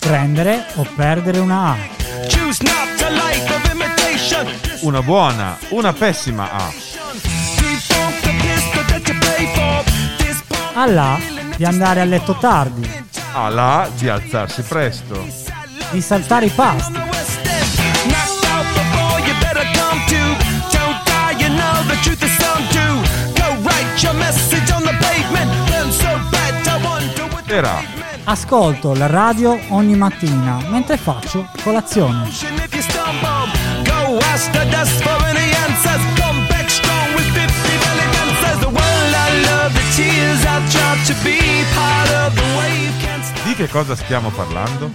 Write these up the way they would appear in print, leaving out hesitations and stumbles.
Prendere o perdere una A. Una buona, una pessima A. All'A di andare a letto tardi, Alla di alzarsi presto. di saltare i pasti, Per A. ascolto la radio ogni mattina mentre faccio colazione. Di che cosa stiamo parlando?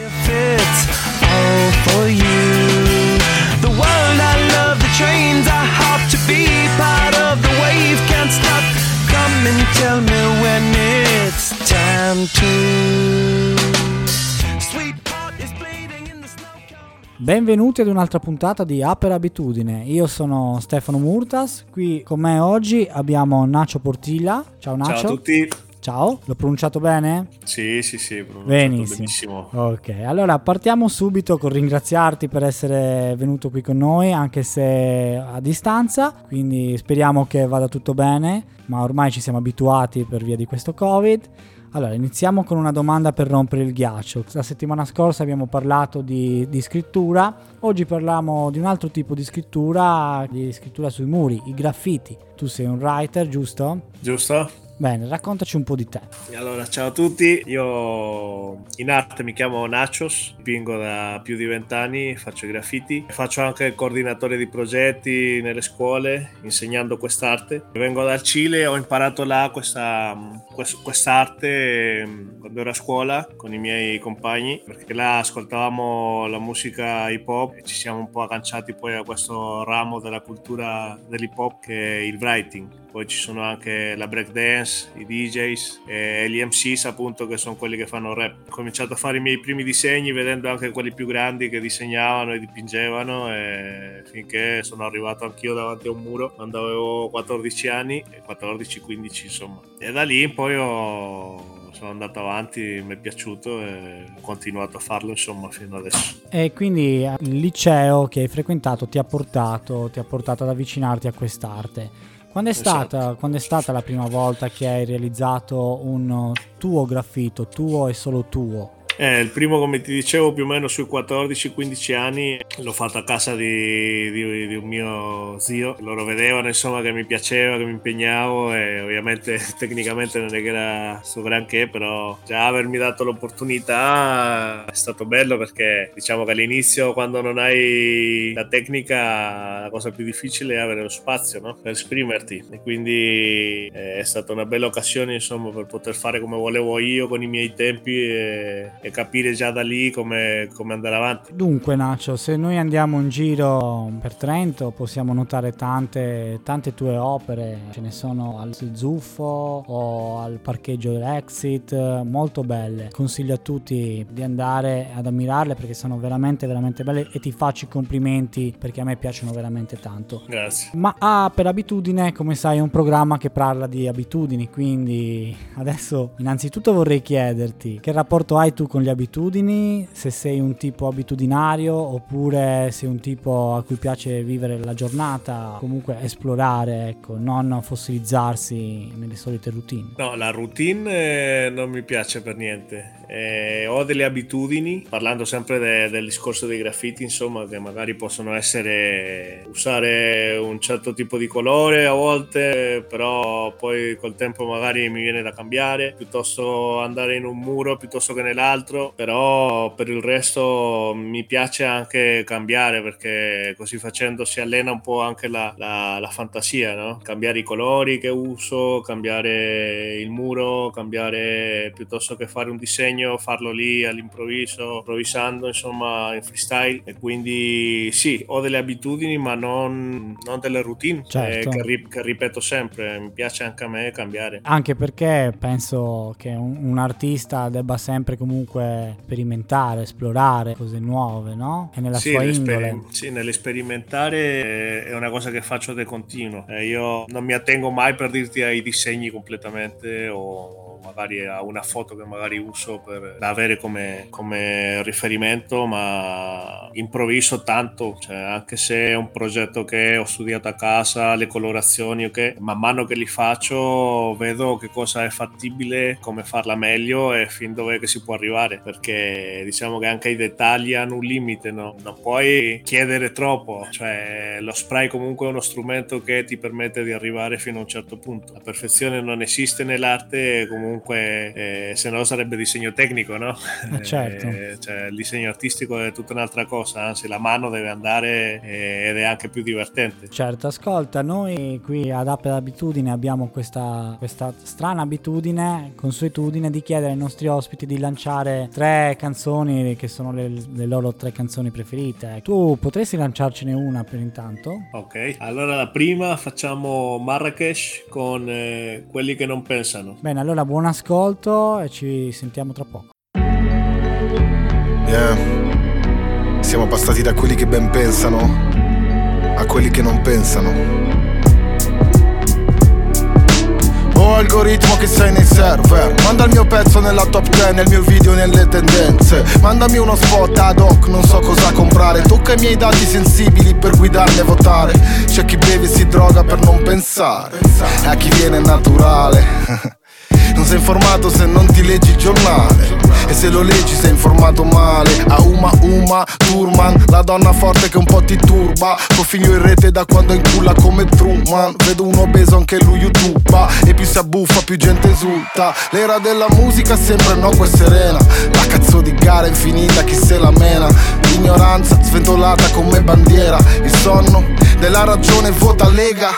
Benvenuti ad un'altra puntata di A per Abitudine. Io sono Stefano Murtas, qui con me oggi abbiamo Nacho Portilla. Ciao Nacho. Ciao a tutti. Ciao, l'ho pronunciato bene? Sì, pronunciato benissimo. benissimo. Ok, allora partiamo subito con ringraziarti per essere venuto qui con noi, anche se a distanza, quindi speriamo che vada tutto bene, ma ormai ci siamo abituati per via di questo Covid. Allora, iniziamo con una domanda per rompere il ghiaccio. La settimana scorsa abbiamo parlato di scrittura, oggi parliamo di un altro tipo di scrittura sui muri, i graffiti. Tu sei un writer, giusto? Giusto? Bene, raccontaci un po' di te. Allora, ciao a tutti. Io in arte mi chiamo Nachos, dipingo da più di 20 anni, faccio i graffiti. Faccio anche il coordinatore di progetti nelle scuole, insegnando quest'arte. Vengo dal Cile, ho imparato là quest'arte quando ero a scuola con i miei compagni, perché là ascoltavamo la musica hip hop e ci siamo un po' agganciati poi a questo ramo della cultura dell'hip hop che è il writing. Poi ci sono anche la breakdance, i DJs e gli MCs appunto, che sono quelli che fanno rap. Ho cominciato a fare i miei primi disegni vedendo anche quelli più grandi che disegnavano e dipingevano, e finché sono arrivato anch'io davanti a un muro quando avevo 14 anni, 14-15 insomma. E da lì poi sono andato avanti, mi è piaciuto e ho continuato a farlo insomma fino adesso. E quindi il liceo che hai frequentato ti ha portato ad avvicinarti a quest'arte. Quando è stata la prima volta che hai realizzato un tuo graffito, tuo e solo tuo? Il primo, come ti dicevo, più o meno sui 14-15 anni, l'ho fatto a casa di un mio zio. Loro vedevano insomma che mi piaceva, che mi impegnavo, e ovviamente tecnicamente non è che era sto granché, però già avermi dato l'opportunità è stato bello, perché diciamo che all'inizio, quando non hai la tecnica, la cosa più difficile è avere lo spazio, no? Per esprimerti, e quindi è stata una bella occasione insomma per poter fare come volevo io con i miei tempi e capire già da lì come andare avanti. Dunque Nacho, se noi andiamo in giro per Trento possiamo notare tante tue opere, ce ne sono al Zuffo o al parcheggio dell'Exit, molto belle. Consiglio a tutti di andare ad ammirarle perché sono veramente belle, e ti faccio i complimenti perché a me piacciono veramente tanto. Grazie. Ma per abitudine, come sai, è un programma che parla di abitudini, quindi adesso innanzitutto vorrei chiederti che rapporto hai tu con le abitudini, se sei un tipo abitudinario oppure sei un tipo a cui piace vivere la giornata, comunque esplorare, ecco, non fossilizzarsi nelle solite routine. No, la routine non mi piace per niente. Ho delle abitudini, parlando sempre del discorso dei graffiti, insomma, che magari possono essere usare un certo tipo di colore a volte, però poi col tempo magari mi viene da cambiare, piuttosto andare in un muro piuttosto che nell'altro, però per il resto mi piace anche cambiare, perché così facendo si allena un po' anche la fantasia, no? Cambiare i colori che uso, cambiare il muro, cambiare, piuttosto che fare un disegno, farlo lì all'improvviso, improvvisando insomma in freestyle. E quindi sì, ho delle abitudini ma non delle routine, certo. che ripeto sempre. Mi piace anche a me cambiare, anche perché penso che un artista debba sempre comunque sperimentare, esplorare cose nuove, no? E nella sua indole. Sì, nell'esperimentare è una cosa che faccio di continuo. Io non mi attengo mai, per dirti, ai disegni completamente, o magari a una foto che magari uso da avere come riferimento, ma improvviso tanto, cioè, anche se è un progetto che ho studiato a casa, le colorazioni, ok, man mano che li faccio vedo che cosa è fattibile, come farla meglio e fin dove che si può arrivare, perché diciamo che anche i dettagli hanno un limite, no? Non puoi chiedere troppo, cioè lo spray comunque è uno strumento che ti permette di arrivare fino a un certo punto. La perfezione non esiste nell'arte, comunque se no sarebbe disegno tecnico, no? Certo. Cioè, il disegno artistico è tutta un'altra cosa, anzi la mano deve andare ed è anche più divertente. Certo, ascolta, noi qui ad App Abitudine abbiamo questa strana abitudine, consuetudine di chiedere ai nostri ospiti di lanciare 3 canzoni che sono le loro 3 canzoni preferite. Tu potresti lanciarcene una per intanto? Ok, allora la prima facciamo Marrakesh con Quelli che non pensano. Bene, allora buon ascolto e ci sentiamo tra poco. Siamo passati da quelli che ben pensano a quelli che non pensano. Oh algoritmo che sei nei server, manda il mio pezzo nella top 10, nel mio video nelle tendenze. Mandami uno spot ad hoc, non so cosa comprare. Tocca i miei dati sensibili per guidarmi e votare. C'è chi beve e si droga per non pensare, e a chi viene naturale. Non sei informato se non ti leggi il giornale, e se lo leggi sei informato male. A Uma Thurman, la donna forte che un po' ti turba. Tuo figlio in rete da quando inculla come Truman. Vedo un obeso anche lui youtuba, e più si abbuffa più gente esulta. L'era della musica sempre innocua e serena, la cazzo di gara infinita chi se la mena. L'ignoranza sventolata come bandiera, il sonno della ragione vota Lega.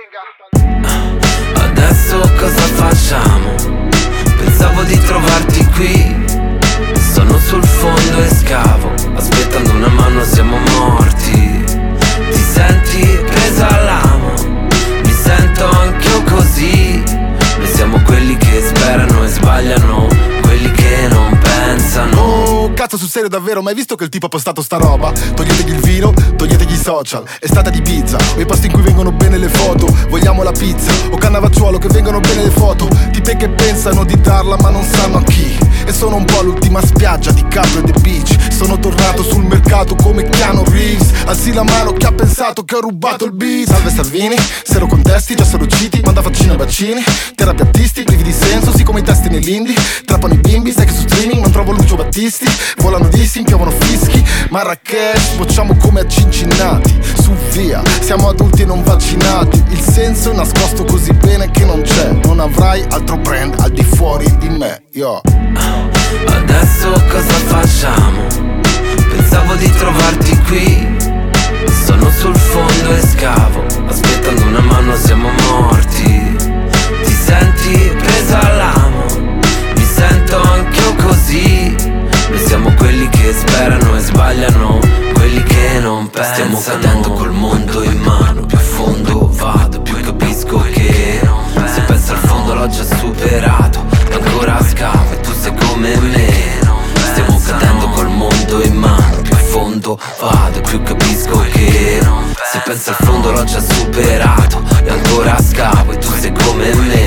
Adesso cosa facciamo? Pensavo di trovarti qui. Sono sul fondo e scavo, aspettando una mano siamo morti. Ti senti presa all'amo? Mi sento anch'io così. Noi siamo quelli che sperano e sbagliano, quelli che non pensano. Oh, cazzo sul serio davvero, mai visto che il tipo ha postato sta roba? Toglietegli il vino, toglietegli i social, è stata di pizza, o i posti in cui vengono bene le foto. Vogliamo la pizza, o Cannavacciuolo che vengono bene le foto. Tipe che pensano di darla ma non sanno a chi. E sono un po' l'ultima spiaggia di Caprio e The Beach. Sono tornato sul mercato come Keanu Reeves. Alzi la mano chi ha pensato che ho rubato il beat. Salve Salvini, se lo contesti già sono citi. Manda vaccino e vaccini, terapiattisti, privi di senso, sì come i testi nell'indie. Trappano i bimbi, sai che su streaming non trovo Lucio Battisti. Volano dissi, piovono fischi. Marrakesh, bocciamo come a Cincinnati. Su via, siamo adulti e non vaccinati. Il senso è nascosto così bene che non c'è. Non avrai altro brand al di fuori di me, yo. Adesso cosa facciamo? Pensavo di trovarti qui. Sono sul fondo e scavo, aspettando una mano siamo morti. Ti senti presa all'amo? Mi sento anch'io così. Noi siamo quelli che sperano e sbagliano, quelli che non pensano. Stiamo cadendo col mondo in mano, più a fondo vado, più capisco che se penso al fondo l'ho già superato. E ancora scavo e tu sei come me. Stiamo cadendo col mondo in mano, più a fondo vado, più capisco che se penso al fondo l'ho già superato. E ancora scavo e tu sei come me.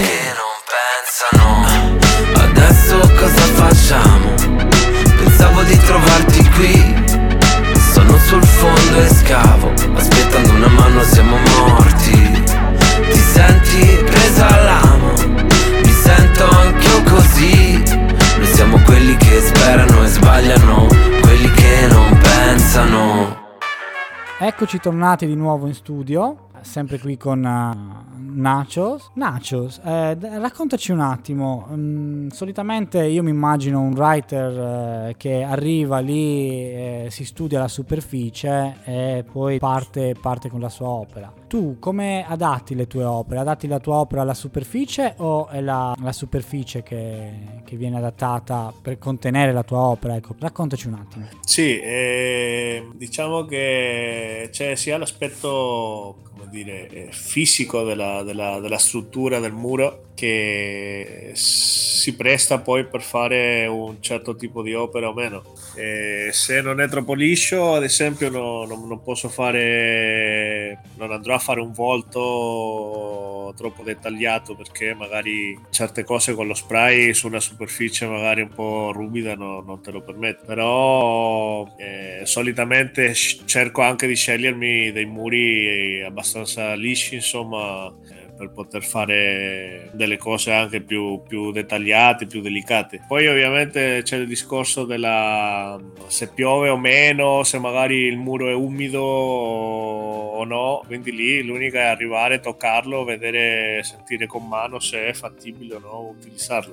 Adesso cosa facciamo? Pensavo di trovarti qui. Sono sul fondo e scavo, aspettando una mano siamo morti. Ti senti presa all'amo? Mi sento anch'io così. Noi siamo quelli che sperano e sbagliano, quelli che non pensano. Eccoci tornati di nuovo in studio, sempre qui con Nachos. Nachos, raccontaci un attimo. Solitamente io mi immagino un writer che arriva lì, si studia la superficie e poi parte con la sua opera. Tu come adatti le tue opere? Adatti la tua opera alla superficie o è la superficie che viene adattata per contenere la tua opera? Ecco, raccontaci un attimo. Sì, diciamo che c'è sia l'aspetto, come dire, fisico della struttura del muro, che si presta poi per fare un certo tipo di opera o meno. Se non è troppo liscio, ad esempio, non posso fare, non andrò a fare un volto troppo dettagliato, perché magari certe cose con lo spray su una superficie magari un po' ruvida non te lo permette. Però solitamente cerco anche di scegliermi dei muri abbastanza lisci, insomma, per poter fare delle cose anche più dettagliate, più delicate. Poi ovviamente c'è il discorso della se piove o meno, se magari il muro è umido o no, quindi lì l'unica è arrivare, toccarlo, vedere, sentire con mano se è fattibile o no utilizzarlo.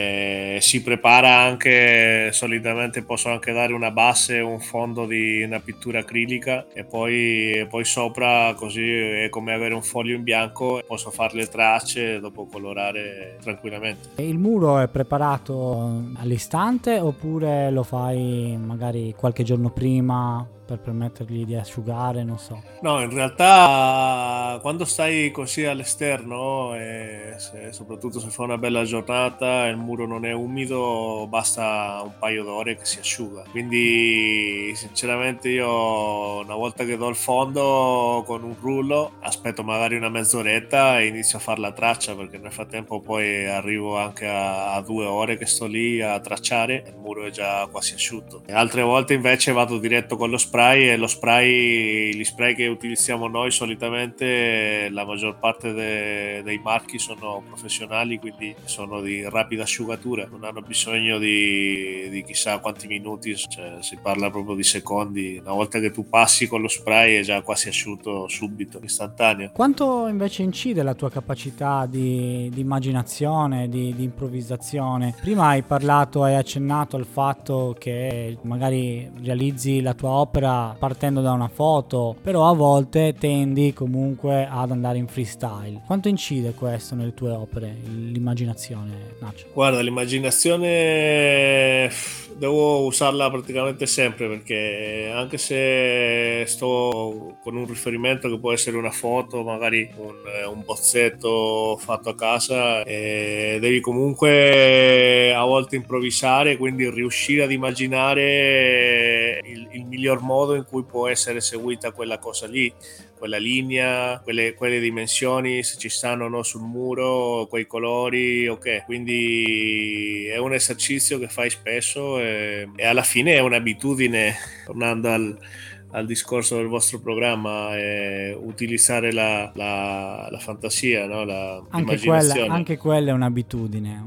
Si prepara anche, solitamente posso anche dare una base, un fondo di una pittura acrilica e poi sopra, così è come avere un foglio in bianco, posso fare le tracce e dopo colorare tranquillamente. Il muro è preparato all'istante oppure lo fai magari qualche giorno prima per permettergli di asciugare, non so? No, in realtà quando stai così all'esterno, soprattutto se fa una bella giornata e il muro non è umido, basta un paio d'ore che si asciuga. Quindi sinceramente io, una volta che do il fondo con un rullo, aspetto magari una mezz'oretta e inizio a fare la traccia, perché nel frattempo poi arrivo anche a 2 ore che sto lì a tracciare e il muro è già quasi asciutto. E altre volte invece vado diretto con lo spray, e gli spray che utilizziamo noi solitamente, la maggior parte dei marchi sono professionali, quindi sono di rapida asciugatura, non hanno bisogno di chissà quanti minuti, cioè si parla proprio di secondi. Una volta che tu passi con lo spray è già quasi asciutto subito, istantaneo. Quanto invece incide la tua capacità di immaginazione, di improvvisazione? Prima hai accennato al fatto che magari realizzi la tua opera partendo da una foto, però a volte tendi comunque ad andare in freestyle. Quanto incide questo nelle tue opere, l'immaginazione, Nacho? Guarda, l'immaginazione devo usarla praticamente sempre, perché anche se sto con un riferimento che può essere una foto, magari un bozzetto fatto a casa, devi comunque a volte improvvisare, quindi riuscire ad immaginare il miglior modo in cui può essere seguita quella cosa lì, quella linea, quelle dimensioni, se ci stanno o no sul muro, quei colori, ok. Quindi è un esercizio che fai spesso e alla fine è un'abitudine, tornando al discorso del vostro programma, utilizzare la fantasia, no? L'immaginazione. Anche quella è un'abitudine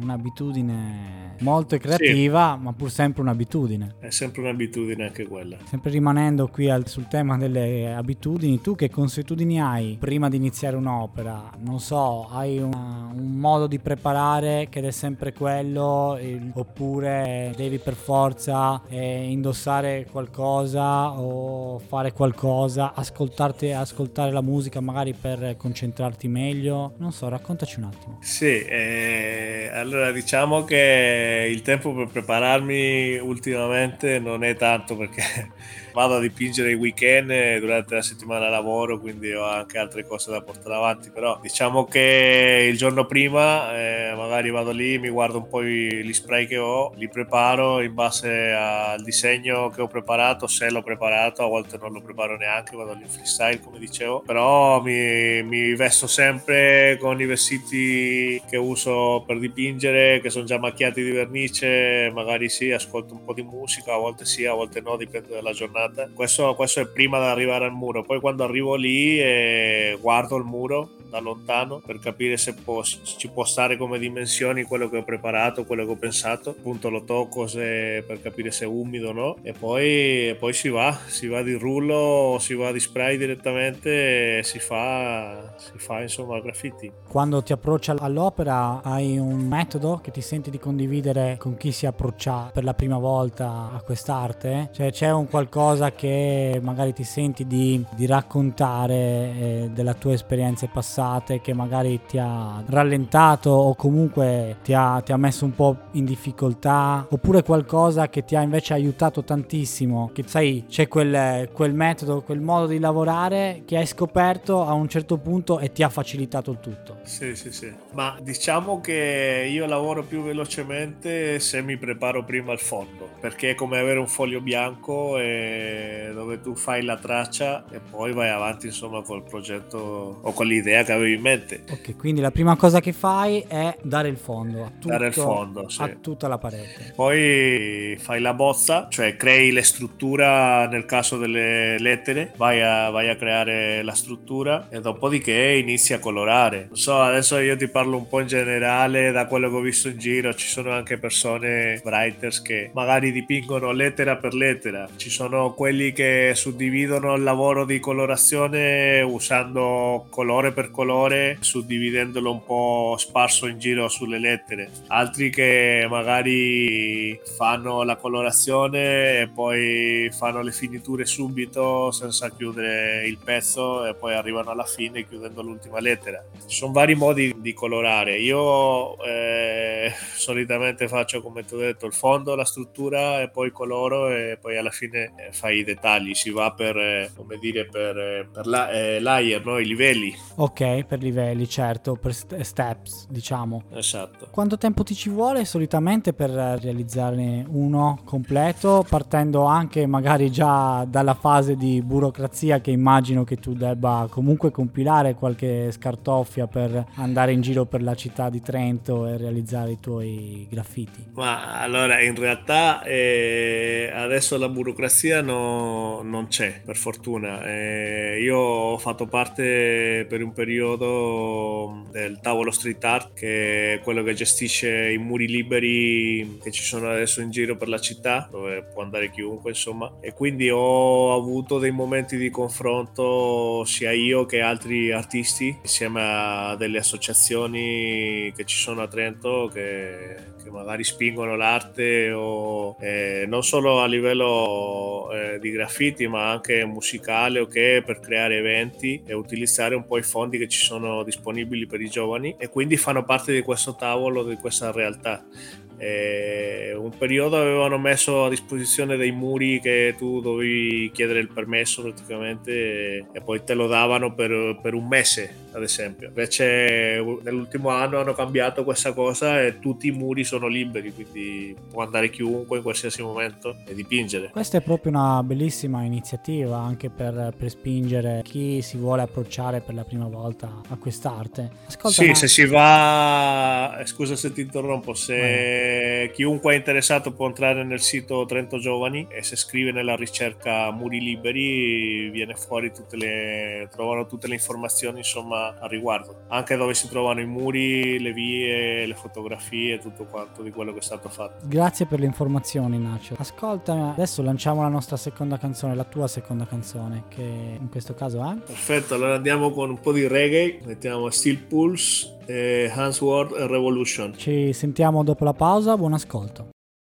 molto creativa, sì, ma pur sempre un'abitudine. È sempre un'abitudine anche quella. Sempre rimanendo qui sul tema delle abitudini, tu che consuetudini hai prima di iniziare un'opera? Non so, hai un modo di preparare che è sempre quello, oppure devi per forza indossare qualcosa o fare qualcosa, ascoltare la musica magari per concentrarti meglio? Non so, raccontaci un attimo. Sì, allora diciamo che il tempo per prepararmi ultimamente non è tanto, perché vado a dipingere i weekend e durante la settimana lavoro, quindi ho anche altre cose da portare avanti. Però diciamo che il giorno prima magari vado lì, mi guardo un po' gli spray che ho, li preparo in base al disegno che ho preparato, se l'ho preparato, a volte non lo preparo neanche, vado lì in freestyle come dicevo. Però mi vesto sempre con i vestiti che uso per dipingere, che sono già macchiati di vernice, magari sì, ascolto un po' di musica, a volte sì, a volte no, dipende dalla giornata. Questo è prima di arrivare al muro. Poi quando arrivo lì guardo il muro da lontano per capire se ci può stare come dimensioni quello che ho preparato, quello che ho pensato. Appunto lo tocco per capire se è umido o no, e poi si va di rullo o si va di spray direttamente e si fa insomma graffiti. Quando ti approcci all'opera hai un metodo che ti senti di condividere con chi si approccia per la prima volta a quest'arte? Cioè c'è un qualcosa che magari ti senti di raccontare della tua esperienza passata, passate che magari ti ha rallentato o comunque ti ha messo un po' in difficoltà, oppure qualcosa che ti ha invece aiutato tantissimo, che sai c'è quel metodo, quel modo di lavorare che hai scoperto a un certo punto e ti ha facilitato il tutto? Sì, ma diciamo che io lavoro più velocemente se mi preparo prima il fondo, perché è come avere un foglio bianco dove tu fai la traccia e poi vai avanti insomma col progetto o con l'idea che avevi in mente. Ok, quindi la prima cosa che fai è dare il fondo sì. a tutta la parete. Poi fai la bozza, cioè crei le strutture nel caso delle lettere, vai a creare la struttura e dopodiché inizi a colorare. Non so, adesso io ti parlo un po' in generale, da quello che ho visto in giro ci sono anche persone, writers, che magari dipingono lettera per lettera, ci sono quelli che suddividono il lavoro di colorazione usando colore per colore, suddividendolo un po' sparso in giro sulle lettere, altri che magari fanno la colorazione e poi fanno le finiture subito senza chiudere il pezzo e poi arrivano alla fine chiudendo l'ultima lettera. Ci sono vari modi di colorare. Io solitamente faccio, come ti ho detto, il fondo, la struttura e poi coloro e poi alla fine fai i dettagli. Si va per layer, no? I livelli. Ok, per livelli, certo, per steps, diciamo. Esatto. Quanto tempo ti ci vuole solitamente per realizzarne uno completo, partendo anche magari già dalla fase di burocrazia che immagino che tu debba comunque compilare qualche scartoffia per andare in giro per la città di Trento e realizzare i tuoi graffiti? Ma allora in realtà adesso la burocrazia non c'è, per fortuna. Io ho fatto parte per un periodo del tavolo street art, che è quello che gestisce i muri liberi che ci sono adesso in giro per la città, dove può andare chiunque insomma, e quindi ho avuto dei momenti di confronto sia io che altri artisti insieme a delle associazioni che ci sono a Trento che magari spingono l'arte o non solo a livello di graffiti ma anche musicale, ok, per creare eventi e utilizzare un po' i fondi che ci sono disponibili per i giovani, e quindi fanno parte di questo tavolo, di questa realtà. Un periodo avevano messo a disposizione dei muri che tu dovevi chiedere il permesso praticamente e poi te lo davano per un mese, ad esempio. Invece nell'ultimo anno hanno cambiato questa cosa e tutti i muri sono liberi, quindi può andare chiunque in qualsiasi momento e dipingere. Questa è proprio una bellissima iniziativa anche per spingere chi si vuole approcciare per la prima volta a quest'arte. Ascolta, sì, se si va, scusa se ti interrompo, se chiunque è interessato può entrare nel sito Trento Giovani e se scrive nella ricerca muri liberi viene fuori trovano tutte le informazioni insomma al riguardo, anche dove si trovano i muri, le vie, le fotografie, tutto quanto di quello che è stato fatto. Grazie per le informazioni, Nacho. Ascolta, adesso lanciamo la nostra seconda canzone, la tua seconda canzone, che in questo caso è? Perfetto, allora andiamo con un po' di reggae, mettiamo Steel Pulse, Handsworth e Revolution. Ci sentiamo dopo la pausa, buon ascolto.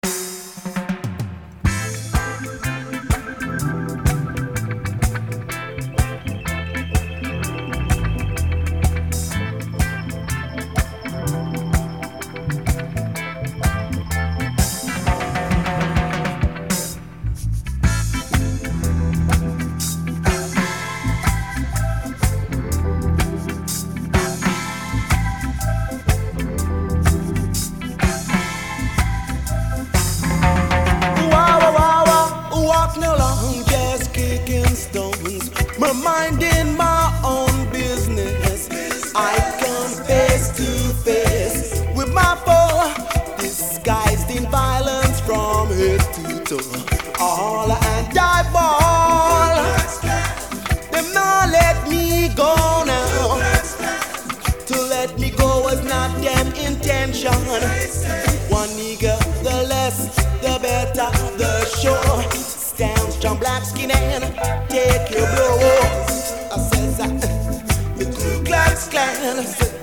Minding my own business, I come face to face with my foe, disguised in violence from head to toe. All and I ball, them not let me go now. To let me go was not them intention. One nigga, the less, the better, the sure. Stand strong, black skin and take your blow. I says the Ku Klux Klan.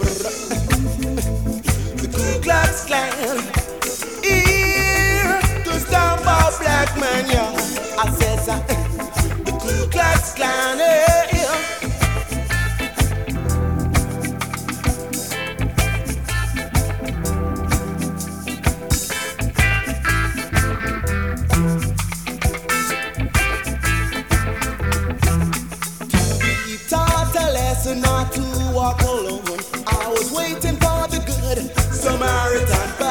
The Ku Klux Klan. Here to stomp out black man, yeah. I says the Ku Klux Klan.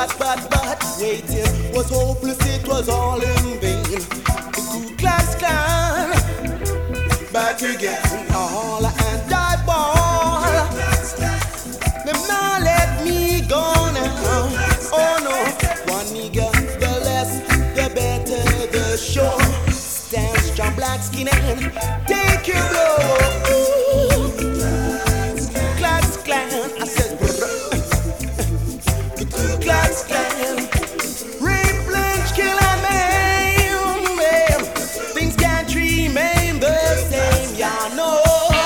waiting was hopeless, it was all in vain. The Ku Klux Klan back again, all and die ball. Them not let me go now. Oh no, one nigga, the less, the better the show. Stand strong, black skin and take your blow. Ooh. Klux Klan, I said, the Ku Klux Klan. Rape, lynch, kill and maim. Things can't remain the same, yeah, no.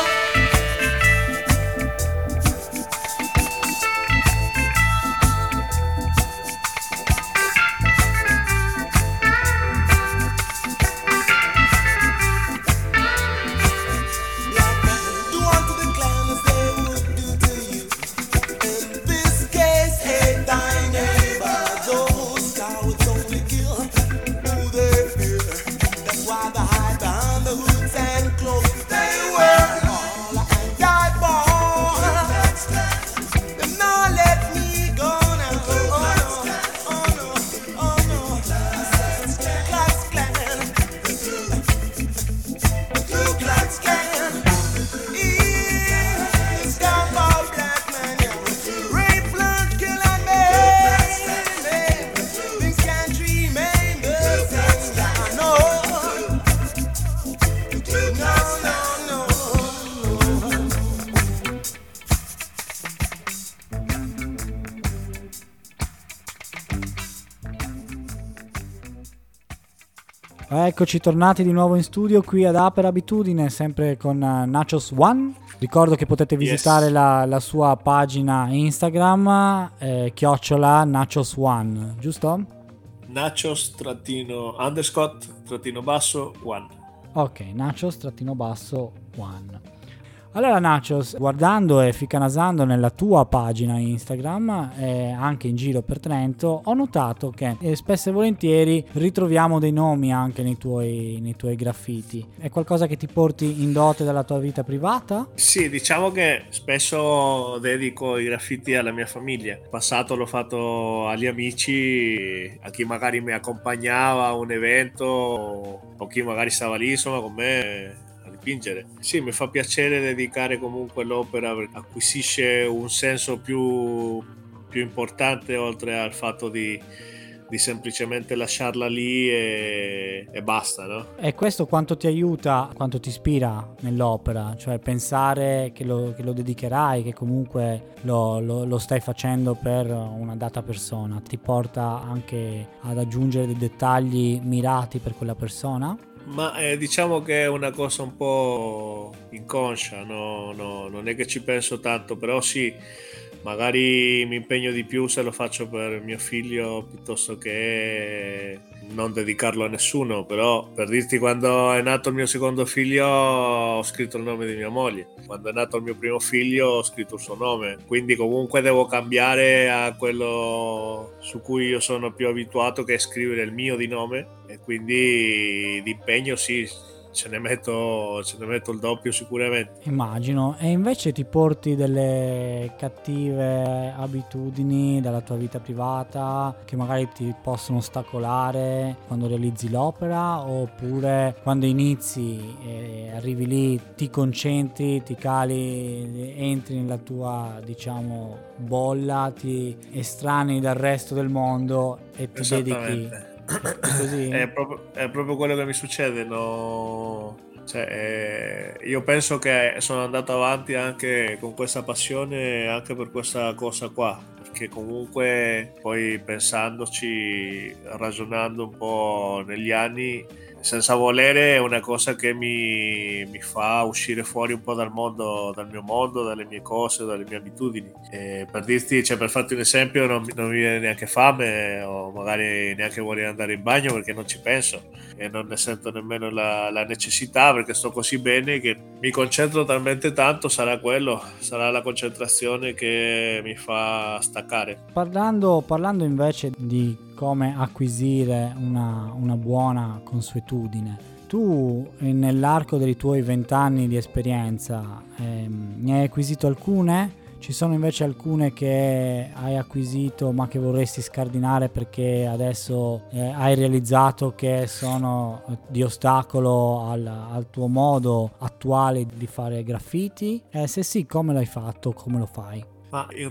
Eccoci tornati di nuovo in studio qui ad Aper Abitudine, sempre con Nachos One. Ricordo che potete visitare la sua pagina Instagram, @ Nachos One, giusto? Nachos__one. Ok, Nachos__one. Allora Nachos, guardando e ficanasando nella tua pagina Instagram e anche in giro per Trento, ho notato che spesso e volentieri ritroviamo dei nomi anche nei tuoi graffiti. È qualcosa che ti porti in dote dalla tua vita privata? Sì, diciamo che spesso dedico i graffiti alla mia famiglia. In passato l'ho fatto agli amici, a chi magari mi accompagnava a un evento o chi magari stava lì insomma con me a dipingere. Sì, mi fa piacere dedicare comunque l'opera, acquisisce un senso più importante oltre al fatto di semplicemente lasciarla lì e basta, no? E questo quanto ti aiuta, quanto ti ispira nell'opera? Cioè pensare che lo dedicherai, che comunque lo stai facendo per una data persona, ti porta anche ad aggiungere dei dettagli mirati per quella persona? Ma diciamo che è una cosa un po' inconscia, no, non è che ci penso tanto, però sì, magari mi impegno di più se lo faccio per mio figlio piuttosto che non dedicarlo a nessuno. Però per dirti, quando è nato il mio secondo figlio ho scritto il nome di mia moglie, quando è nato il mio primo figlio ho scritto il suo nome, quindi comunque devo cambiare a quello su cui io sono più abituato, che è scrivere il mio di nome, e quindi d'impegno sì, ce ne metto il doppio sicuramente. Immagino. E invece ti porti delle cattive abitudini dalla tua vita privata che magari ti possono ostacolare quando realizzi l'opera, oppure quando inizi e arrivi lì ti concentri, ti cali, entri nella tua, diciamo, bolla, ti estranei dal resto del mondo e ti dedichi così? È proprio quello che mi succede, no? Cioè, io penso che sono andato avanti anche con questa passione anche per questa cosa qua, perché comunque poi pensandoci, ragionando un po' negli anni, senza volere, è una cosa che mi fa uscire fuori un po' dal mio mondo, dalle mie cose, dalle mie abitudini. E per dirti, cioè, per farti un esempio, non mi viene neanche fame, o magari neanche voglio andare in bagno perché non ci penso e non ne sento nemmeno la necessità, perché sto così bene che mi concentro talmente tanto. Sarà la concentrazione che mi fa staccare. Parlando invece di come acquisire una buona consuetudine, tu nell'arco dei tuoi 20 anni di esperienza ne hai acquisito alcune? Ci sono invece alcune che hai acquisito ma che vorresti scardinare perché adesso hai realizzato che sono di ostacolo al tuo modo attuale di fare graffiti? Se sì, come l'hai fatto? Come lo fai? Ma in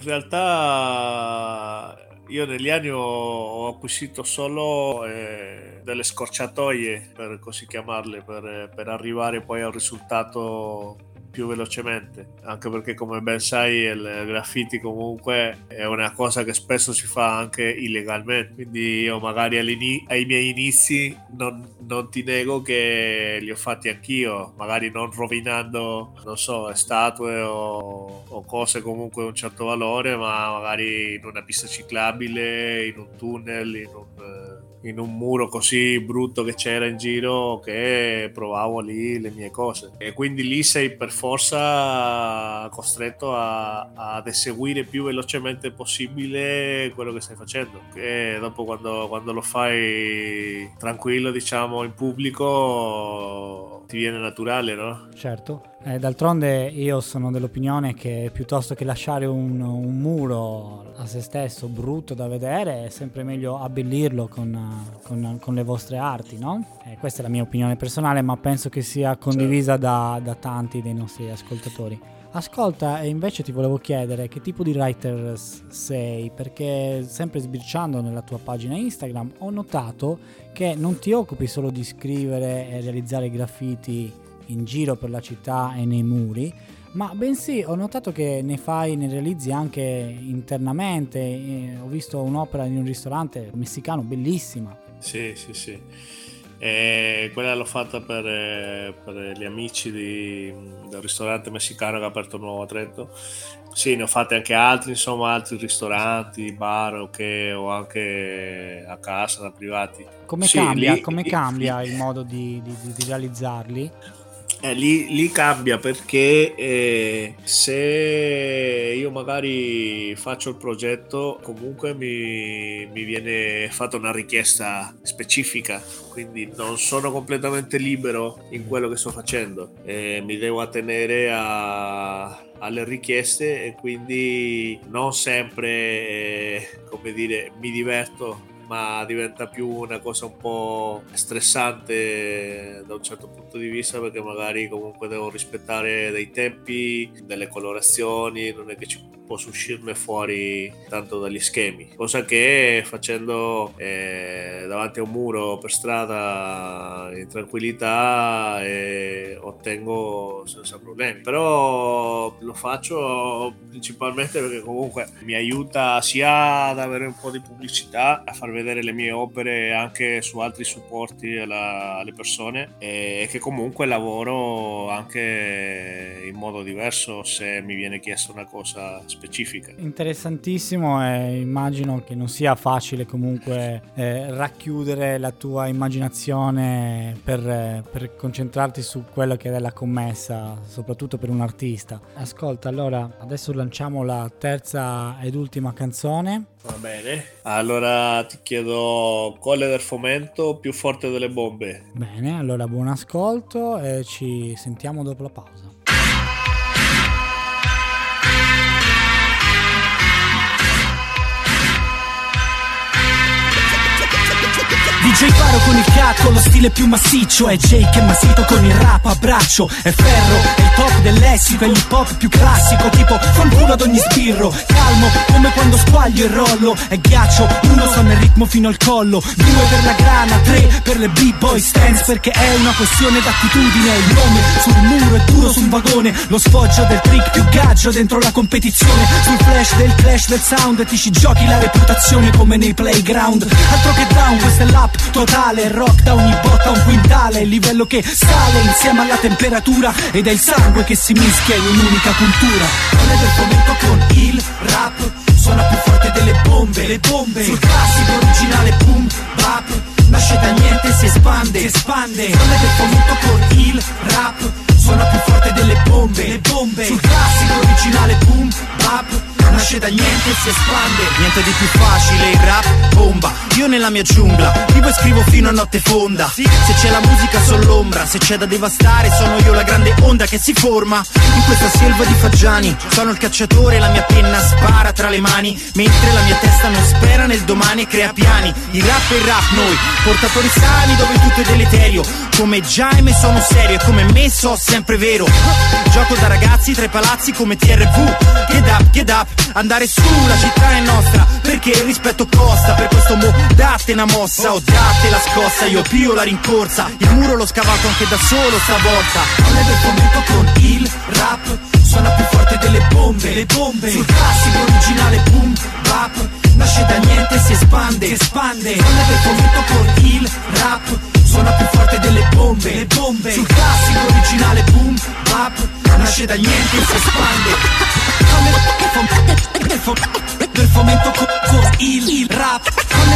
realtà io negli anni ho acquisito solo delle scorciatoie, per così chiamarle, per arrivare poi al risultato più velocemente, anche perché come ben sai il graffiti comunque è una cosa che spesso si fa anche illegalmente, quindi io magari ai miei inizi non ti nego che li ho fatti anch'io, magari non rovinando, non so, statue o cose comunque di un certo valore, ma magari in una pista ciclabile, in un tunnel, in un muro così brutto che c'era in giro, che provavo lì le mie cose, e quindi lì sei per forza costretto ad eseguire più velocemente possibile quello che stai facendo, che dopo quando lo fai tranquillo, diciamo, in pubblico ti viene naturale, no? Certo. D'altronde io sono dell'opinione che piuttosto che lasciare un muro a se stesso brutto da vedere, è sempre meglio abbellirlo con le vostre arti, no? Questa è la mia opinione personale, ma penso che sia condivisa da tanti dei nostri ascoltatori. Ascolta, e invece ti volevo chiedere che tipo di writer sei, perché sempre sbirciando nella tua pagina Instagram ho notato che non ti occupi solo di scrivere e realizzare graffiti in giro per la città e nei muri, ma bensì ho notato che ne realizzi anche internamente. Ho visto un'opera in un ristorante messicano bellissima. Sì. Quella l'ho fatta per gli amici del ristorante messicano che ha aperto nuovo a Trento. Sì, ne ho fatte anche altri, insomma, altri ristoranti, bar o anche a casa, da privati. Come cambia il modo di realizzarli? Lì cambia, perché se io magari faccio il progetto, comunque mi viene fatta una richiesta specifica, quindi non sono completamente libero in quello che sto facendo, mi devo attenere alle richieste, e quindi non sempre mi diverto, ma diventa più una cosa un po' stressante da un certo punto di vista, perché magari comunque devo rispettare dei tempi, delle colorazioni, non è che ci posso uscirne fuori tanto dagli schemi, cosa che facendo davanti a un muro per strada in tranquillità ottengo senza problemi. Però lo faccio principalmente perché comunque mi aiuta sia ad avere un po' di pubblicità, a far vedere le mie opere anche su altri supporti alle persone, e che comunque lavoro anche in modo diverso se mi viene chiesta una cosa specifica. Interessantissimo, e immagino che non sia facile comunque racchiudere la tua immaginazione per concentrarti su quello che è la commessa, soprattutto per un artista. Ascolta, allora adesso lanciamo la terza ed ultima canzone. Va bene, allora ti chiedo Colle del Fomento, Più forte delle bombe. Bene, allora buon ascolto e ci sentiamo dopo la pausa. DJ Paro con il cacco, lo stile più massiccio. È Jake è massito con il rap a braccio. È ferro, è il top del lessico, è l'hip hop più classico, tipo fanculo ad ogni sbirro. Calmo, come quando squaglio il rollo. È ghiaccio, uno sta nel ritmo fino al collo. 2 per la grana, 3 per le b-boy stance, perché è una questione d'attitudine. Il nome sul muro è duro sul vagone. Lo sfoggio del trick più gaggio dentro la competizione. Sul flash del clash del sound ti ci giochi la reputazione come nei playground. Altro che down, questa è l'app totale, rock da ogni botta un quintale, il livello che sale insieme alla temperatura, ed è il sangue che si mischia in un'unica cultura. Colle del Fomento con il rap suona più forte delle bombe, le bombe sul classico originale boom bap, nasce da niente, si espande. Colle del Fomento con il rap suona più forte delle bombe, le bombe sul classico originale boom bap, bap, nasce da niente e si espande. Niente di più facile, il rap bomba. Io nella mia giungla vivo e scrivo fino a notte fonda. Se c'è la musica sono l'ombra, se c'è da devastare sono io la grande onda che si forma in questa selva di fagiani. Sono il cacciatore, la mia penna spara tra le mani, mentre la mia testa non spera nel domani e crea piani. Il rap è il rap, noi portatori sani dove tutto è deleterio. Come Jaime sono serio e come me so sempre vero. Gioco da ragazzi tra i palazzi come TRV. Get up, andare su, la città è nostra, perché il rispetto costa. Per questo mo date una mossa o date la scossa, io pio la rincorsa. Il muro l'ho scavato anche da solo stavolta. Non è del fomento con il rap, suona più forte delle bombe. Le bombe sul classico originale boom bap, nasce da niente e si espande. Non è del fomento con il rap, suona più forte delle bombe. Le bombe sul classico originale boom bap, nasce da niente e si espande. Del fomento con il rap,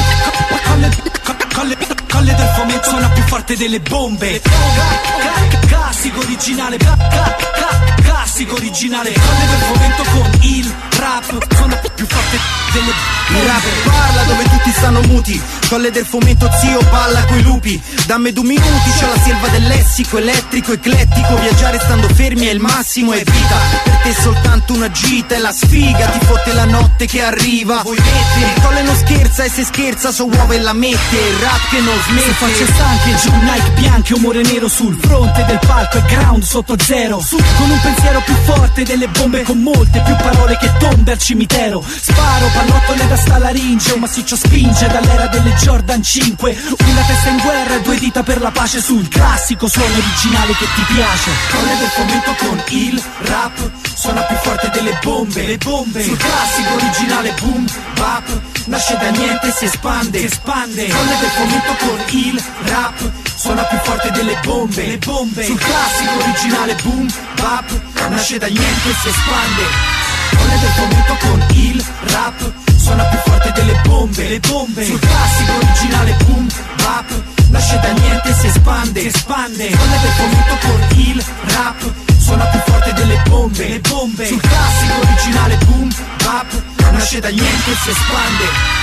colle del fomento suona più forte delle bombe. Classico originale, classico originale. Colle del fomento con il rap, suona più forte delle bombe. Il rap parla dove tutti stanno muti. Colle del fomento zio balla coi lupi. Dammi 2 minuti, c'è la selva del lessico elettrico eclettico. Viaggiare stando fermi è il massimo, è vita. Per te soltanto una gita è la sfiga, ti fotte la notte che arriva. Vuoi mettere il colle non scherza e se scherza so uova e la mette. Il rap che non smette. Se facce stanche giù Nike bianche, umore nero sul fronte del palco e ground sotto zero. Su con un pensiero più forte delle bombe, con molte più parole che tombe al cimitero. Sparo pallottole da stalaringe, un massiccio spinge dall'era delle Jordan 5. Una testa in guerra e 2 dita per la pace sul classico suono originale che ti piace. Colle del fomento con il rap, suona più forte delle bombe. Le bombe sul classico originale boom bap, nasce da niente e si espande. Colle del fomento con il rap, suona più forte delle bombe. Le bombe sul classico originale boom bap, nasce da niente e si espande. Colle del fomento con il rap, suona più forte delle bombe. Le bombe sul classico originale boom bap, nasce da niente e si espande. Colle del fomento con il rap, suona più forte delle bombe. Le bombe sul classico originale boom bap, nasce da niente e si espande.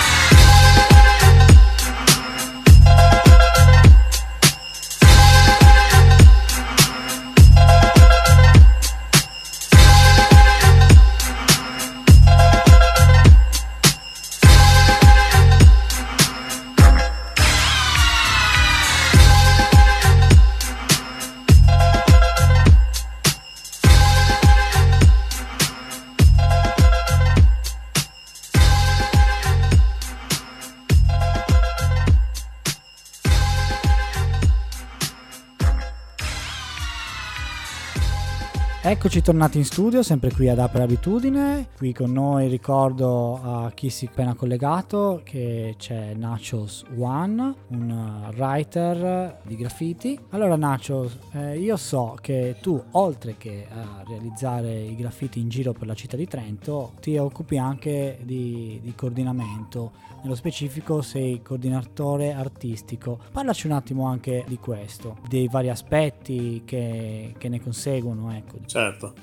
Eccoci tornati in studio, sempre qui ad Apre Abitudine. Qui con noi ricordo a chi si è appena collegato che c'è Nachos One, un writer di graffiti. Allora Nachos, io so che tu, oltre che a realizzare i graffiti in giro per la città di Trento, ti occupi anche di coordinamento. Nello specifico sei coordinatore artistico. Parlaci un attimo anche di questo, dei vari aspetti che ne conseguono, ecco. Certo.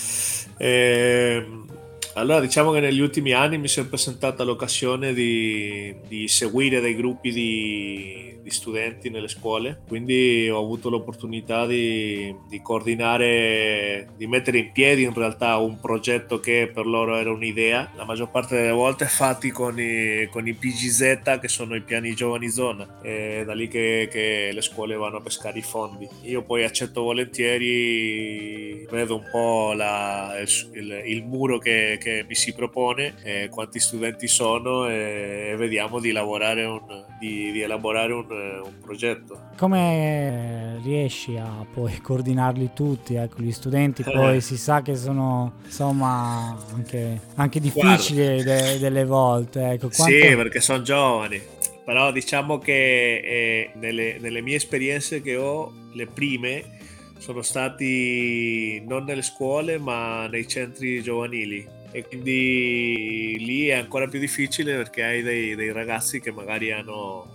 Allora diciamo che negli ultimi anni mi si è presentata l'occasione di seguire dei gruppi di studenti nelle scuole, quindi ho avuto l'opportunità di coordinare, di mettere in piedi in realtà un progetto che per loro era un'idea, la maggior parte delle volte fatti con i PGZ, che sono i piani giovani zona. È da lì che le scuole vanno a pescare i fondi. Io poi accetto volentieri, vedo un po' il muro che mi si propone, quanti studenti sono, e vediamo di elaborare un progetto. Come riesci a poi coordinarli tutti? Ecco, gli studenti poi si sa che sono insomma anche difficili delle volte. Ecco, Sì, perché sono giovani. Però diciamo che nelle mie esperienze che ho, le prime sono stati non nelle scuole ma nei centri giovanili, e quindi lì è ancora più difficile perché hai dei ragazzi che magari hanno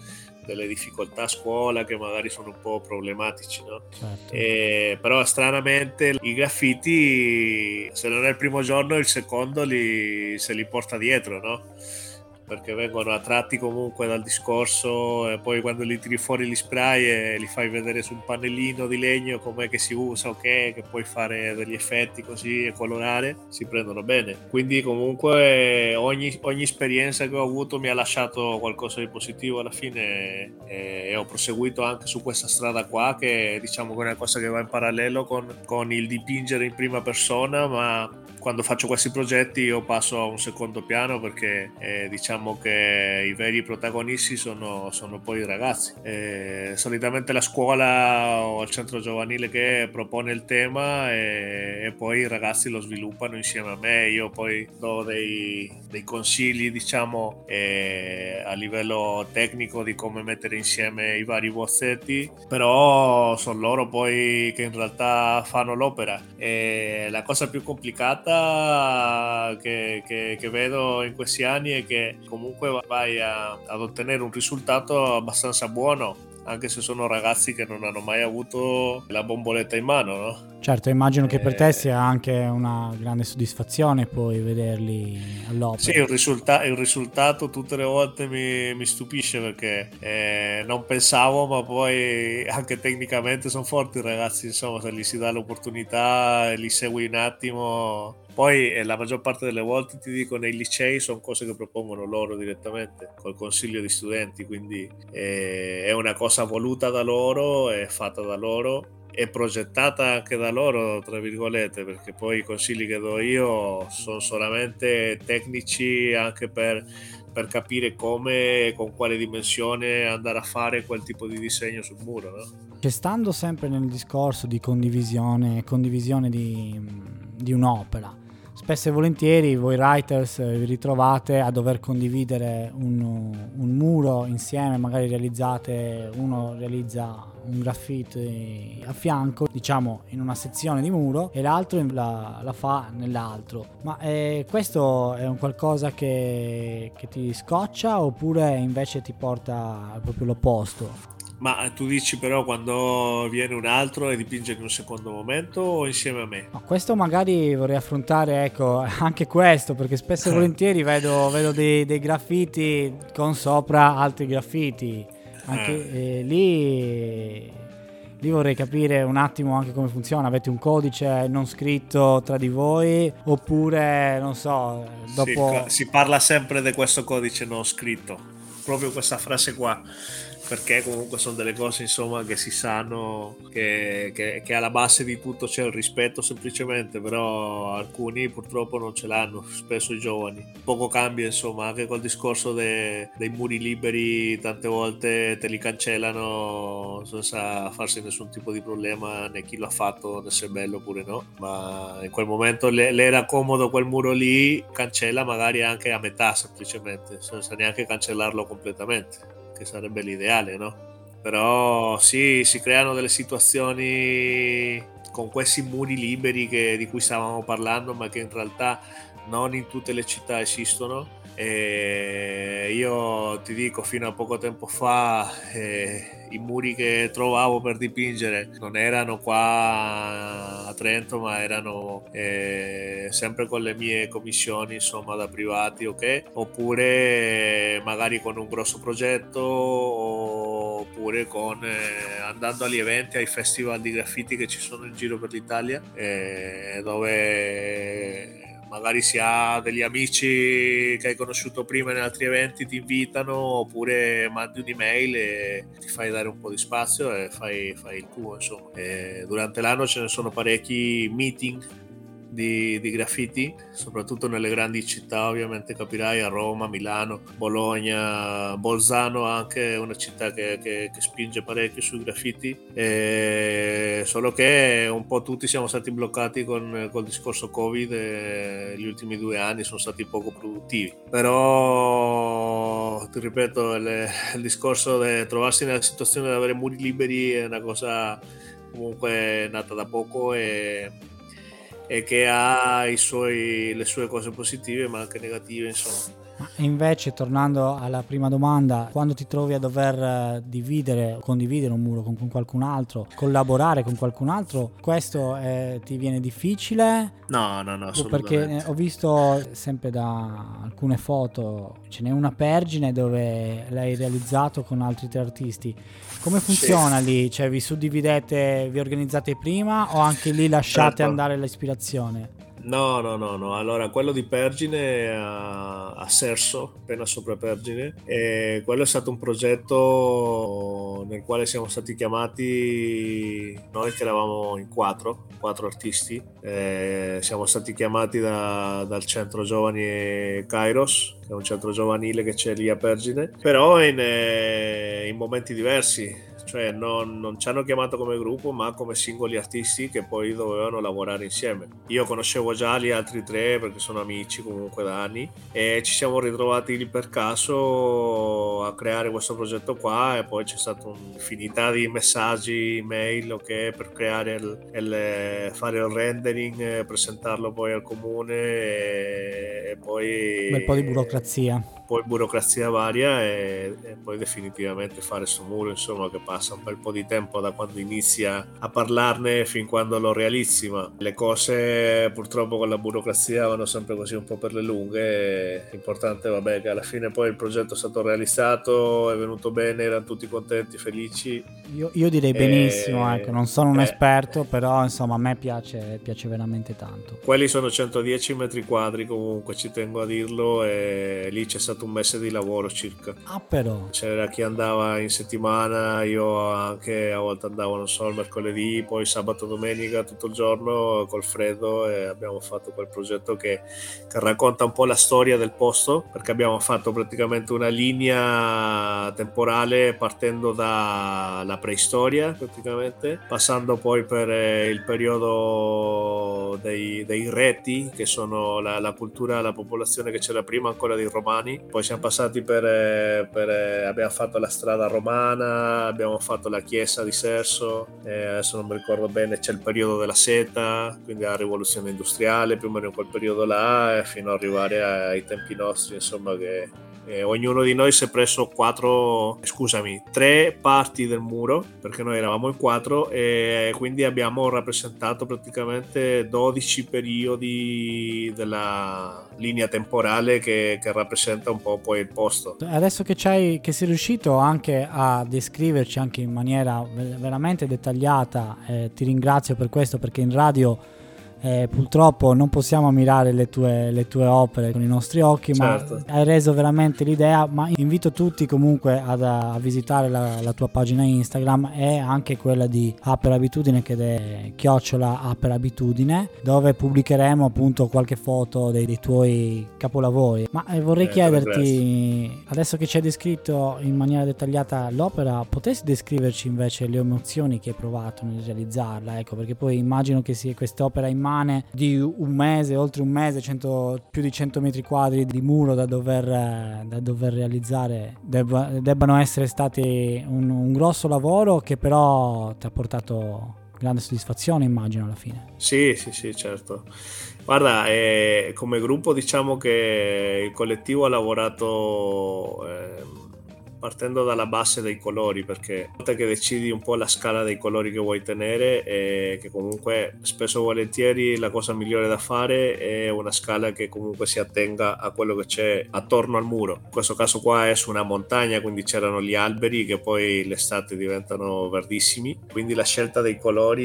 delle difficoltà a scuola che magari sono un po' problematici, no? Certo. Però stranamente i graffiti, se non è il primo giorno, il secondo se li porta dietro, no? Perché vengono attratti comunque dal discorso, e poi quando li tiri fuori gli spray e li fai vedere su un pannellino di legno com'è che si usa, ok, che puoi fare degli effetti così e colorare, si prendono bene. Quindi comunque ogni esperienza che ho avuto mi ha lasciato qualcosa di positivo alla fine, e ho proseguito anche su questa strada qua, che diciamo che è una cosa che va in parallelo con il dipingere in prima persona, ma quando faccio questi progetti io passo a un secondo piano, perché diciamo che i veri protagonisti sono poi i ragazzi. Solitamente la scuola o il centro giovanile che propone il tema, e poi i ragazzi lo sviluppano insieme a me. Io poi do dei consigli, diciamo, a livello tecnico di come mettere insieme i vari bozzetti, però sono loro poi che in realtà fanno l'opera. La cosa più complicata che vedo in questi anni è che comunque vai ad ottenere un risultato abbastanza buono, anche se sono ragazzi che non hanno mai avuto la bomboletta in mano, no? Certo, immagino che per te sia anche una grande soddisfazione poi vederli all'opera. Sì, il risultato tutte le volte mi stupisce, perché non pensavo, ma poi anche tecnicamente sono forti i ragazzi, insomma, se gli si dà l'opportunità e li segui un attimo. Poi la maggior parte delle volte, ti dico, nei licei sono cose che propongono loro direttamente col consiglio di studenti, quindi è una cosa voluta da loro, è fatta da loro, è progettata anche da loro, tra virgolette, perché poi i consigli che do io sono solamente tecnici, anche per capire come e con quale dimensione andare a fare quel tipo di disegno sul muro, no? Cioè, stando sempre nel discorso di condivisione di un'opera, spesso e volentieri voi writers vi ritrovate a dover condividere un muro insieme, magari uno realizza un graffiti a fianco, diciamo in una sezione di muro, e l'altro la fa nell'altro. Ma questo è un qualcosa che ti scoccia, oppure invece ti porta proprio l'opposto? Ma tu dici però quando viene un altro e dipinge in un secondo momento o insieme a me? No, questo magari vorrei affrontare, ecco, anche questo, perché spesso e volentieri vedo dei graffiti con sopra altri graffiti. Anche lì vorrei capire un attimo anche come funziona. Avete un codice non scritto tra di voi, oppure non so, dopo... Si parla sempre di questo codice non scritto, proprio questa frase qua, perché comunque sono delle cose, insomma, che si sanno, che alla base di tutto c'è il rispetto semplicemente, però alcuni purtroppo non ce l'hanno, spesso i giovani. Poco cambia, insomma, anche col discorso dei muri liberi, tante volte te li cancellano senza farsi nessun tipo di problema, né chi l'ha fatto, né se è bello oppure no, ma in quel momento le era comodo quel muro lì, cancella magari anche a metà semplicemente, senza neanche cancellarlo completamente, che sarebbe l'ideale, no? Però sì, si creano delle situazioni con questi muri liberi di cui stavamo parlando, ma che in realtà non in tutte le città esistono. E io ti dico, fino a poco tempo fa i muri che trovavo per dipingere non erano qua a Trento, ma erano sempre con le mie commissioni, insomma, da privati, ok? Oppure magari con un grosso progetto, oppure andando agli eventi, ai festival di graffiti che ci sono in giro per l'Italia, dove magari si ha degli amici che hai conosciuto prima in altri eventi, ti invitano, oppure mandi un'email e ti fai dare un po' di spazio e fai il tuo, insomma. Durante l'anno ce ne sono parecchi meeting di graffiti, soprattutto nelle grandi città, ovviamente capirai, a Roma, Milano, Bologna, Bolzano, anche una città che spinge parecchio sui graffiti, solo che un po' tutti siamo stati bloccati col discorso Covid, e gli ultimi 2 anni sono stati poco produttivi. Però ti ripeto, il discorso di trovarsi nella situazione di avere muri liberi è una cosa comunque nata da poco, e che ha le sue cose positive ma anche negative, insomma. Ma invece, tornando alla prima domanda, quando ti trovi a dover condividere un muro con qualcun altro, collaborare con qualcun altro, questo ti viene difficile? No, Perché assolutamente. ho visto sempre da alcune foto, ce n'è una Pergine dove l'hai realizzato con altri 3 artisti. Come funziona lì? Cioè vi suddividete, vi organizzate prima o anche lì lasciate Certo. andare l'ispirazione? No. Allora, quello di Pergine è a Serso, appena sopra Pergine, e quello è stato un progetto nel quale siamo stati chiamati, noi che eravamo in quattro artisti, siamo stati chiamati dal centro giovani Kairos, che è un centro giovanile che c'è lì a Pergine, però in momenti diversi. Cioè non ci hanno chiamato come gruppo, ma come singoli artisti che poi dovevano lavorare insieme. Io conoscevo già gli altri 3 perché sono amici comunque da anni, e ci siamo ritrovati lì per caso a creare questo progetto qua, e poi c'è stata un'infinità di messaggi, email, ok, per creare fare il rendering, presentarlo poi al comune, e poi Un bel po' di burocrazia. poi burocrazia varia, e poi definitivamente fare sto muro, insomma, che passa un bel po' di tempo da quando inizia a parlarne fin quando lo realizzi, ma le cose purtroppo con la burocrazia vanno sempre così un po' per le lunghe. L'importante, vabbè, che alla fine poi il progetto è stato realizzato, è venuto bene, erano tutti contenti, felici. Io direi benissimo, ecco, non sono un esperto, però insomma a me piace veramente tanto. Quelli sono 110 metri quadri, comunque ci tengo a dirlo, e lì c'è stato un mese di lavoro circa. Ah, però C'era chi andava in settimana, io anche a volte andavo, non so, il mercoledì, poi sabato, domenica, tutto il giorno col freddo, e abbiamo fatto quel progetto che racconta un po' la storia del posto, perché abbiamo fatto praticamente una linea temporale partendo dalla preistoria praticamente, passando poi per il periodo dei reti, che sono la cultura, la popolazione che c'era prima ancora dei romani. Poi siamo passati abbiamo fatto la strada romana, abbiamo fatto la chiesa di Serso, adesso non mi ricordo bene, c'è il periodo della seta, quindi la rivoluzione industriale, più o meno in quel periodo là, fino ad arrivare ai tempi nostri, insomma, che ognuno di noi si è preso 3 parti del muro, perché noi eravamo in 4, e quindi abbiamo rappresentato praticamente 12 periodi della linea temporale che rappresenta un po' poi il posto. adesso che sei riuscito anche a descriverci anche in maniera veramente dettagliata, ti ringrazio per questo, perché in radio purtroppo non possiamo ammirare le tue opere con i nostri occhi, Certo. ma hai reso veramente l'idea. Ma invito tutti comunque a visitare la tua pagina Instagram, e anche quella di Aperabitudine, che è @Aperabitudine, dove pubblicheremo appunto qualche foto dei tuoi capolavori. Ma vorrei chiederti, adesso che ci hai descritto in maniera dettagliata l'opera, potessi descriverci invece le emozioni che hai provato nel realizzarla? Ecco, perché poi immagino che sia quest'opera immane di un mese, oltre un mese, più di 100 metri quadri di muro da dover realizzare, debbano essere stati un grosso lavoro, che però ti ha portato grande soddisfazione, immagino, alla fine. Sì, certo. Guarda, come gruppo diciamo che il collettivo ha lavorato partendo dalla base dei colori, perché una volta che decidi un po' la scala dei colori che vuoi tenere, che comunque spesso e volentieri la cosa migliore da fare è una scala che comunque si attenga a quello che c'è attorno al muro. In questo caso qua è su una montagna, quindi c'erano gli alberi che poi l'estate diventano verdissimi, quindi la scelta dei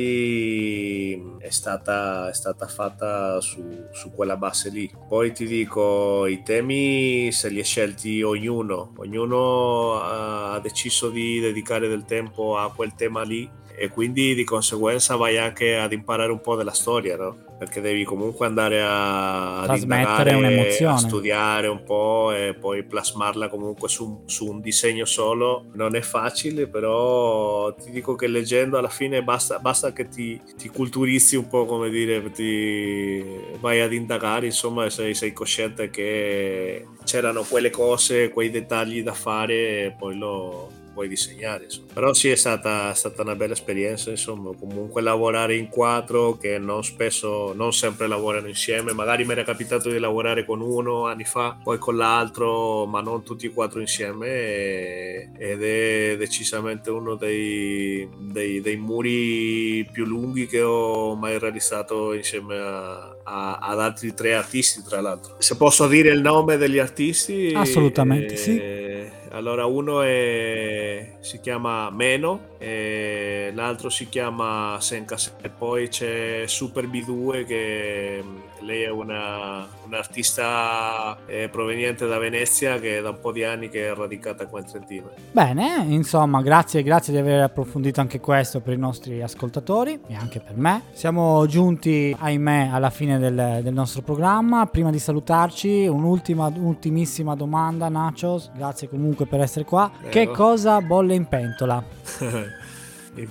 colori è stata fatta su quella base lì. Poi ti dico, i temi se li ha scelti ognuno ha deciso di dedicare del tempo a quel tema lì, e quindi di conseguenza vai anche ad imparare un po' della storia, no? Perché devi comunque andare ad Trasmettere indagare, un'emozione, a studiare un po' e poi plasmarla comunque su un disegno solo. Non è facile, però ti dico che leggendo alla fine basta che ti culturizzi un po', come dire, ti vai ad indagare, insomma, sei cosciente che c'erano quelle cose, quei dettagli da fare, e poi lo vuoi disegnare, insomma. Però sì, è stata una bella esperienza, insomma. Comunque lavorare in 4 che non sempre lavorano insieme, magari mi era capitato di lavorare con uno anni fa, poi con l'altro, ma non tutti e 4 insieme, ed è decisamente uno dei muri più lunghi che ho mai realizzato insieme ad altri 3 artisti, tra l'altro. Se posso dire il nome degli artisti? Assolutamente sì. Allora, uno si chiama Meno, e l'altro si chiama Senkas, e poi c'è Super B2, che lei è un'artista proveniente da Venezia, che da un po' di anni che è radicata qua in Trentino. Bene, insomma, grazie di aver approfondito anche questo per i nostri ascoltatori e anche per me. Siamo giunti, ahimè, alla fine del nostro programma. Prima di salutarci, ultimissima domanda, Nachos. Grazie comunque per essere qua. Prego. Che cosa bolle in pentola? In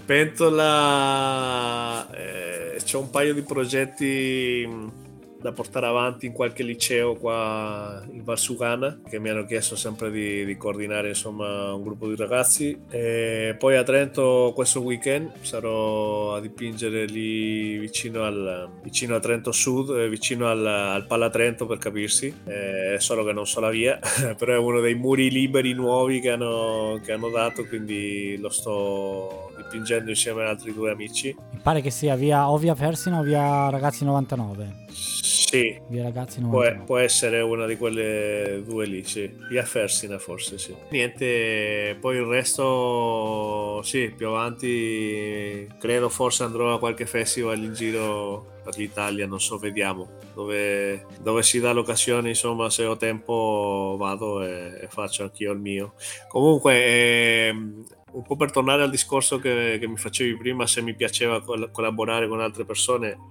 pentola c'ho un paio di progetti da portare avanti in qualche liceo qua in Valsugana, che mi hanno chiesto sempre di coordinare, insomma, un gruppo di ragazzi. E poi a Trento questo weekend sarò a dipingere lì vicino a Trento Sud, vicino al Pala Trento, per capirsi, solo che non so la via però è uno dei muri liberi nuovi che hanno dato, quindi lo sto dipingendo insieme ad altri 2 amici. Mi pare che sia via Fersina o via Ragazzi 99. Sì, Via Ragazzi 99. può essere una di quelle 2 lì, sì. Via Fersina forse, sì. Niente, poi il resto, sì, più avanti credo forse andrò a qualche festival in giro per l'Italia, non so, vediamo. Dove si dà l'occasione, insomma, se ho tempo vado e faccio anch'io il mio. Comunque, un po' per tornare al discorso che mi facevi prima, se mi piaceva collaborare con altre persone.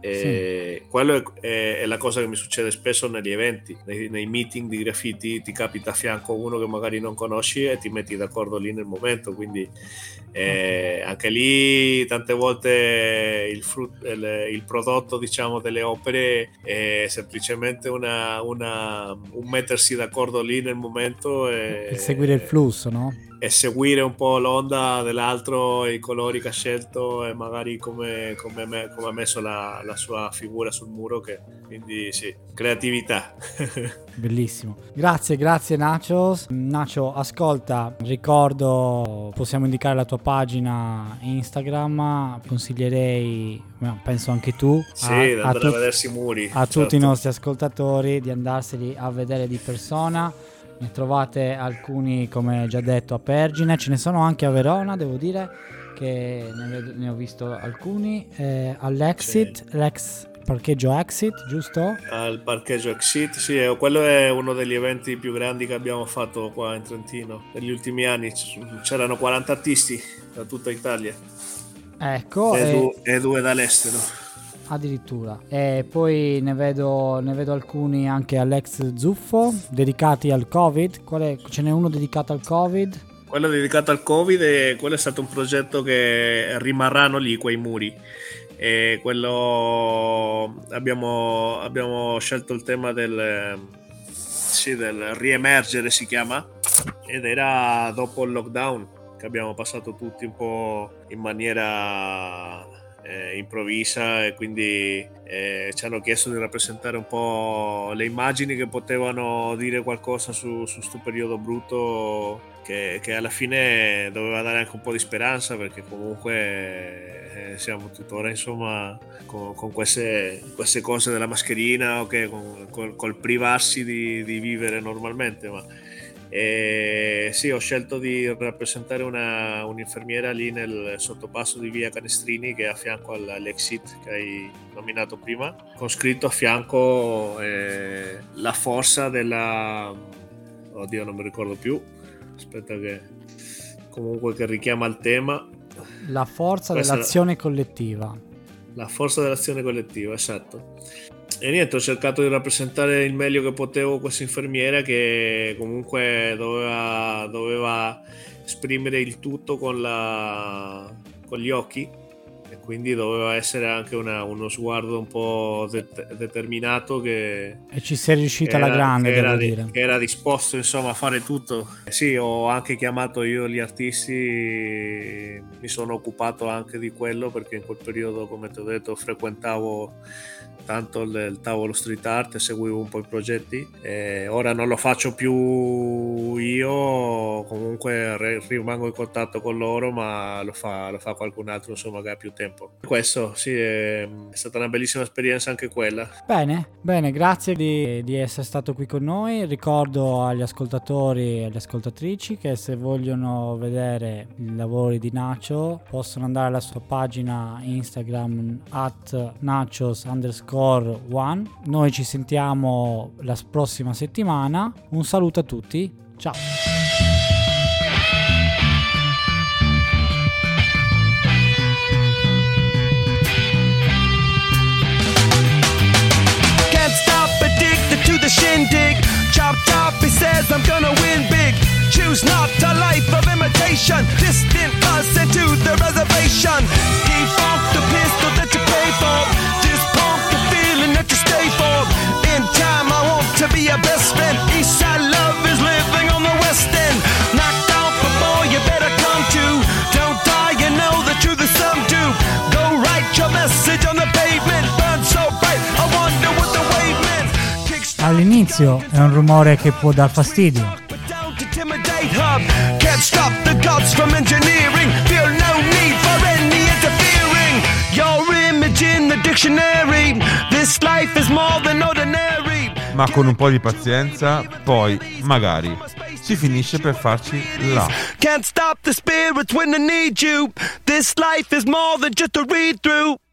Sì. Quello è la cosa che mi succede spesso negli eventi, nei meeting di graffiti. Ti capita a fianco uno che magari non conosci e ti metti d'accordo lì nel momento, quindi anche lì tante volte il prodotto, diciamo, delle opere è semplicemente un mettersi d'accordo lì nel momento E seguire il flusso, no? E seguire un po' l'onda dell'altro, i colori che ha scelto e magari come ha messo la sua figura sul muro, quindi sì, creatività. Bellissimo. Grazie Nachos. Nacho, ascolta, ricordo, possiamo indicare la tua pagina Instagram, consiglierei, penso anche tu, sì, di andare a vedersi i muri, a tutti i nostri ascoltatori di andarseli a vedere di persona. Ne trovate alcuni, come già detto, a Pergine, ce ne sono anche a Verona, devo dire che ne ho visto alcuni, all'Exit, sì. L'ex parcheggio Exit, giusto? Al parcheggio Exit, sì, quello è uno degli eventi più grandi che abbiamo fatto qua in Trentino. Negli ultimi anni c'erano 40 artisti da tutta Italia. Ecco. E 2 dall'estero. Addirittura. E poi ne vedo alcuni anche all'ex Zuffo, dedicati al Covid. Ce n'è uno dedicato al Covid? Quello dedicato al Covid, e quello è stato un progetto che rimarranno lì quei muri. E quello abbiamo scelto il tema del riemergere, si chiama, ed era dopo il lockdown, che abbiamo passato tutti un po' in maniera improvvisa, e quindi ci hanno chiesto di rappresentare un po' le immagini che potevano dire qualcosa su sto periodo brutto, che alla fine doveva dare anche un po' di speranza, perché comunque siamo tuttora, insomma, con queste cose della mascherina, okay, col privarsi di vivere normalmente, ma sì, ho scelto di rappresentare un'infermiera lì nel sottopasso di via Canestrini, che è a fianco all'Exit che hai nominato prima, con scritto a fianco la forza della... oddio, non mi ricordo più, aspetta, che richiama il tema, la forza dell'azione collettiva. La forza dell'azione collettiva, esatto. E niente, ho cercato di rappresentare il meglio che potevo questa infermiera, che comunque doveva esprimere il tutto con gli occhi, e quindi doveva essere anche uno sguardo un po' determinato e ci sei riuscita alla grande, devo dire. Che era disposto insomma a fare tutto. Sì, ho anche chiamato io gli artisti, mi sono occupato anche di quello, perché in quel periodo, come ti ho detto, frequentavo tanto il tavolo street art e seguivo un po' i progetti. Ora non lo faccio più io, comunque rimango in contatto con loro, ma lo fa qualcun altro insomma che ha più tempo. Questo sì, è stata una bellissima esperienza anche quella. Bene, grazie di essere stato qui con noi. Ricordo agli ascoltatori e alle ascoltatrici che se vogliono vedere i lavori di Nacho possono andare alla sua pagina Instagram @nachos_1. Noi ci sentiamo la prossima settimana. Un saluto a tutti, ciao. Can't stop, addicted to the shindig. Chop chop, he says I'm gonna win big. Choose not a life of imitation. Distant us into the reservation. Defunct the pistol that you pay for. Dispunk the feeling that you stay for. In time I want to be your best friend. Eastside love is living on the west end. Knocked out before you better come to. Don't die, you know the truth is some do. Go write your message on the pavement. Burn so bright, I wonder what the wave meant. All'inizio è un rumore che può dar fastidio. Can't stop the gods from engineering. Feel no need for any interfering. Your image in the dictionary. This life is more than ordinary. Ma con un po' di pazienza, poi magari si finisce per farci là. Can't stop the spirits when they need you. This life is more than just a read through.